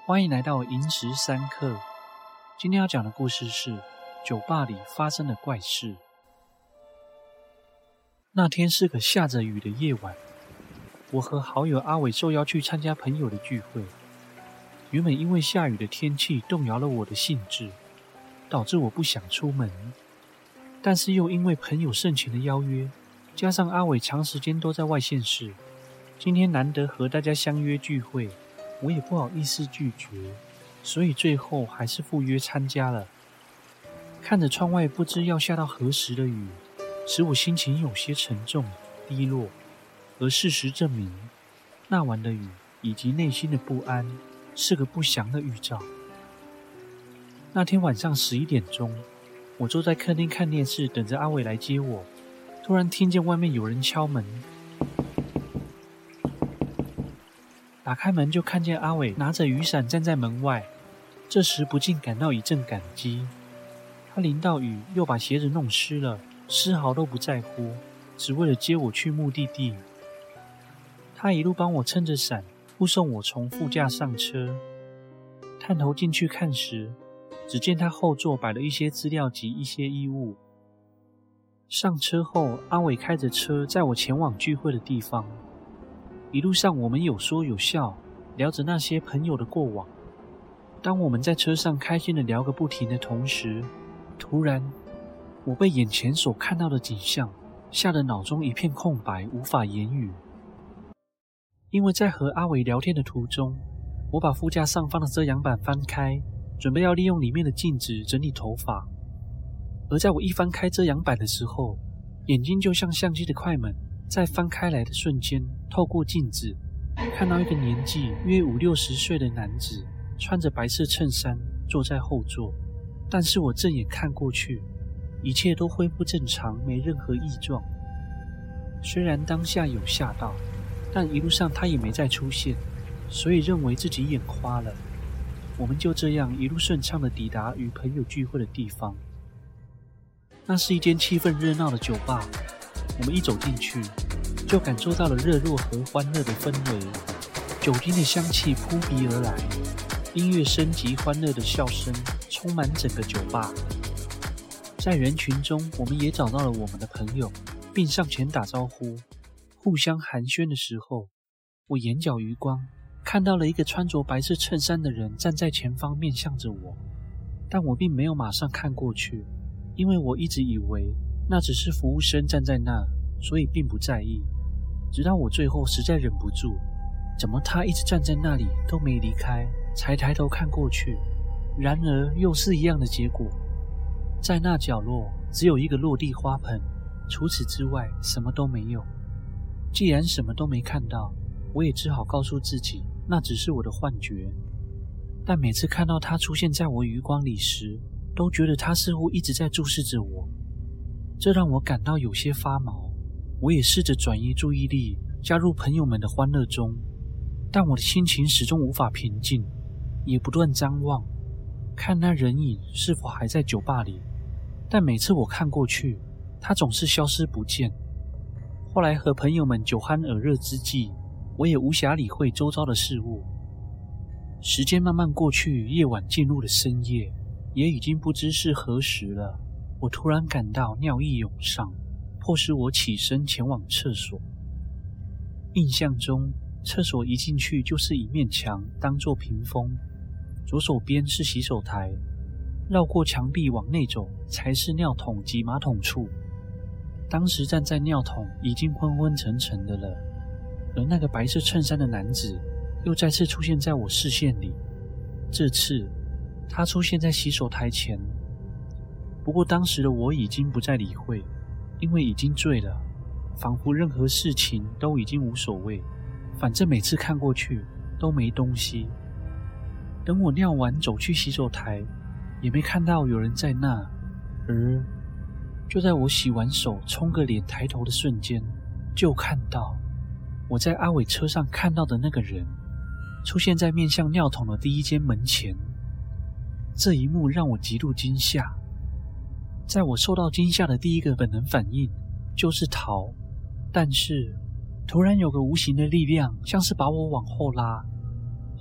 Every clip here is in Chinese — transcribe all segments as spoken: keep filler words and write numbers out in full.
欢迎来到萤石三刻。今天要讲的故事是酒吧里发生的怪事。那天是个下着雨的夜晚，我和好友阿伟受邀去参加朋友的聚会。原本因为下雨的天气动摇了我的兴致，导致我不想出门。但是又因为朋友盛情的邀约，加上阿伟长时间都在外县市，今天难得和大家相约聚会，我也不好意思拒绝，所以最后还是赴约参加了。看着窗外不知要下到何时的雨，使我心情有些沉重低落，而事实证明，那晚的雨以及内心的不安是个不祥的预兆。那天晚上十一点钟，我坐在客厅看电视，等着阿伟来接我。突然听见外面有人敲门，打开门就看见阿伟拿着雨伞站在门外。这时不禁感到一阵感激，他淋到雨又把鞋子弄湿了，丝毫都不在乎，只为了接我去目的地。他一路帮我撑着伞，护送我从副驾上车。探头进去看时，只见他后座摆了一些资料及一些衣物。上车后，阿伟开着车载我前往聚会的地方。一路上我们有说有笑，聊着那些朋友的过往。当我们在车上开心的聊个不停的同时，突然我被眼前所看到的景象吓得脑中一片空白，无法言语。因为在和阿伟聊天的途中，我把副驾上方的遮阳板翻开，准备要利用里面的镜子整理头发。而在我一翻开遮阳板的时候，眼睛就像相机的快门，在翻开来的瞬间，透过镜子看到一个年纪约五六十岁的男子，穿着白色衬衫坐在后座。但是我正眼看过去，一切都恢复正常，没任何异状。虽然当下有吓到，但一路上他也没再出现，所以认为自己眼花了。我们就这样一路顺畅地抵达与朋友聚会的地方。那是一间气氛热闹的酒吧，我们一走进去，就感受到了热络和欢乐的氛围，酒精的香气扑鼻而来，音乐声及欢乐的笑声充满整个酒吧。在人群中，我们也找到了我们的朋友，并上前打招呼，互相寒暄的时候，我眼角余光看到了一个穿着白色衬衫的人站在前方面向着我，但我并没有马上看过去，因为我一直以为那只是服务生站在那，所以并不在意。直到我最后实在忍不住，怎么他一直站在那里都没离开，才抬头看过去。然而又是一样的结果，在那角落只有一个落地花盆，除此之外什么都没有。既然什么都没看到，我也只好告诉自己那只是我的幻觉。但每次看到他出现在我余光里时，都觉得他似乎一直在注视着我，这让我感到有些发毛。我也试着转移注意力，加入朋友们的欢乐中，但我的心情始终无法平静，也不断张望，看那人影是否还在酒吧里。但每次我看过去，他总是消失不见。后来和朋友们酒酣耳热之际，我也无暇理会周遭的事物。时间慢慢过去，夜晚进入了深夜，也已经不知是何时了。我突然感到尿意涌上，迫使我起身前往厕所。印象中，厕所一进去就是一面墙当作屏风，左手边是洗手台，绕过墙壁往内走才是尿桶及马桶处。当时站在尿桶已经昏昏沉沉的了，而那个白色衬衫的男子又再次出现在我视线里。这次他出现在洗手台前，不过当时的我已经不再理会，因为已经醉了，仿佛任何事情都已经无所谓，反正每次看过去都没东西。等我尿完走去洗手台，也没看到有人在那，而就在我洗完手冲个脸抬头的瞬间，就看到我在阿伟车上看到的那个人出现在面向尿桶的第一间门前。这一幕让我极度惊吓，在我受到惊吓的第一个本能反应就是逃，但是突然有个无形的力量像是把我往后拉，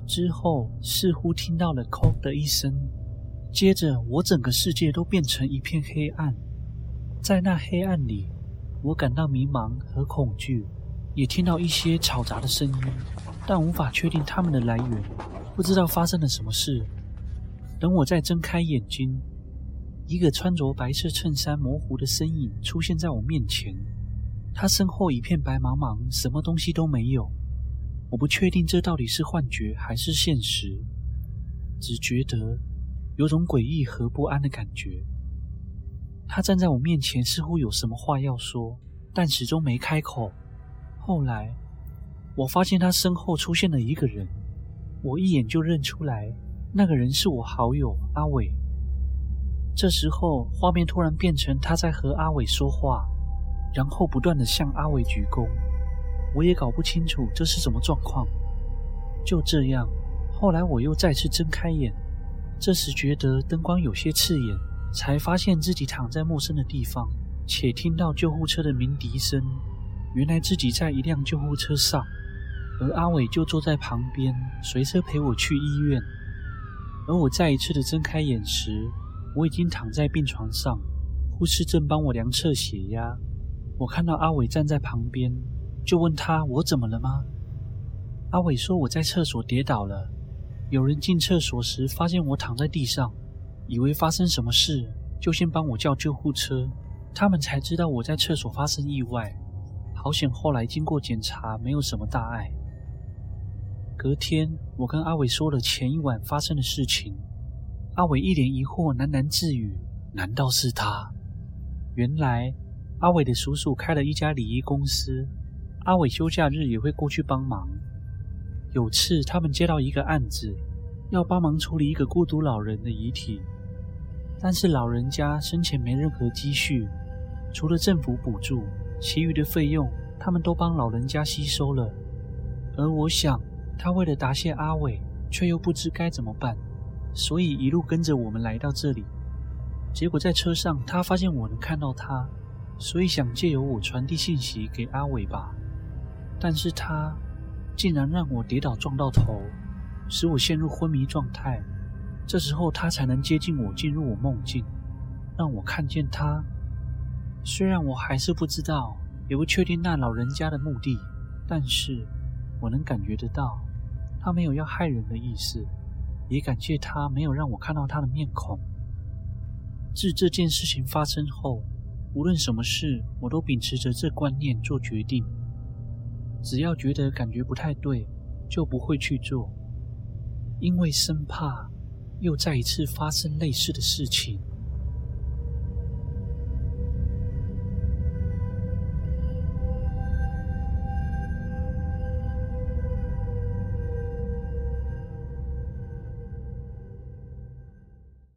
之后似乎听到了“叩”的一声，接着我整个世界都变成一片黑暗。在那黑暗里，我感到迷茫和恐惧，也听到一些嘈杂的声音，但无法确定它们的来源，不知道发生了什么事。等我再睁开眼睛，一个穿着白色衬衫模糊的身影出现在我面前，他身后一片白茫茫，什么东西都没有。我不确定这到底是幻觉还是现实，只觉得有种诡异和不安的感觉。他站在我面前，似乎有什么话要说，但始终没开口。后来我发现他身后出现了一个人，我一眼就认出来，那个人是我好友阿伟。这时候画面突然变成他在和阿伟说话，然后不断地向阿伟鞠躬。我也搞不清楚这是什么状况。就这样，后来我又再次睁开眼，这时觉得灯光有些刺眼，才发现自己躺在陌生的地方，且听到救护车的鸣笛声。原来自己在一辆救护车上，而阿伟就坐在旁边，随车陪我去医院。而我再一次的睁开眼时，我已经躺在病床上，护士正帮我量测血压。我看到阿伟站在旁边，就问他我怎么了吗？阿伟说我在厕所跌倒了，有人进厕所时发现我躺在地上，以为发生什么事，就先帮我叫救护车，他们才知道我在厕所发生意外。好险后来经过检查没有什么大碍。隔天我跟阿伟说了前一晚发生的事情，阿伟一脸疑惑，喃喃自语，难道是他？原来阿伟的叔叔开了一家礼仪公司，阿伟休假日也会过去帮忙。有次他们接到一个案子，要帮忙处理一个孤独老人的遗体，但是老人家生前没任何积蓄，除了政府补助，其余的费用他们都帮老人家吸收了。而我想他为了答谢阿伟，却又不知该怎么办，所以一路跟着我们来到这里。结果在车上他发现我能看到他，所以想借由我传递信息给阿伟吧。但是他竟然让我跌倒撞到头，使我陷入昏迷状态。这时候他才能接近我，进入我梦境，让我看见他。虽然我还是不知道，也不确定那老人家的目的，但是我能感觉得到他没有要害人的意思，也感谢他没有让我看到他的面孔。自这件事情发生后，无论什么事我都秉持着这观念做决定，只要觉得感觉不太对，就不会去做，因为生怕又再一次发生类似的事情。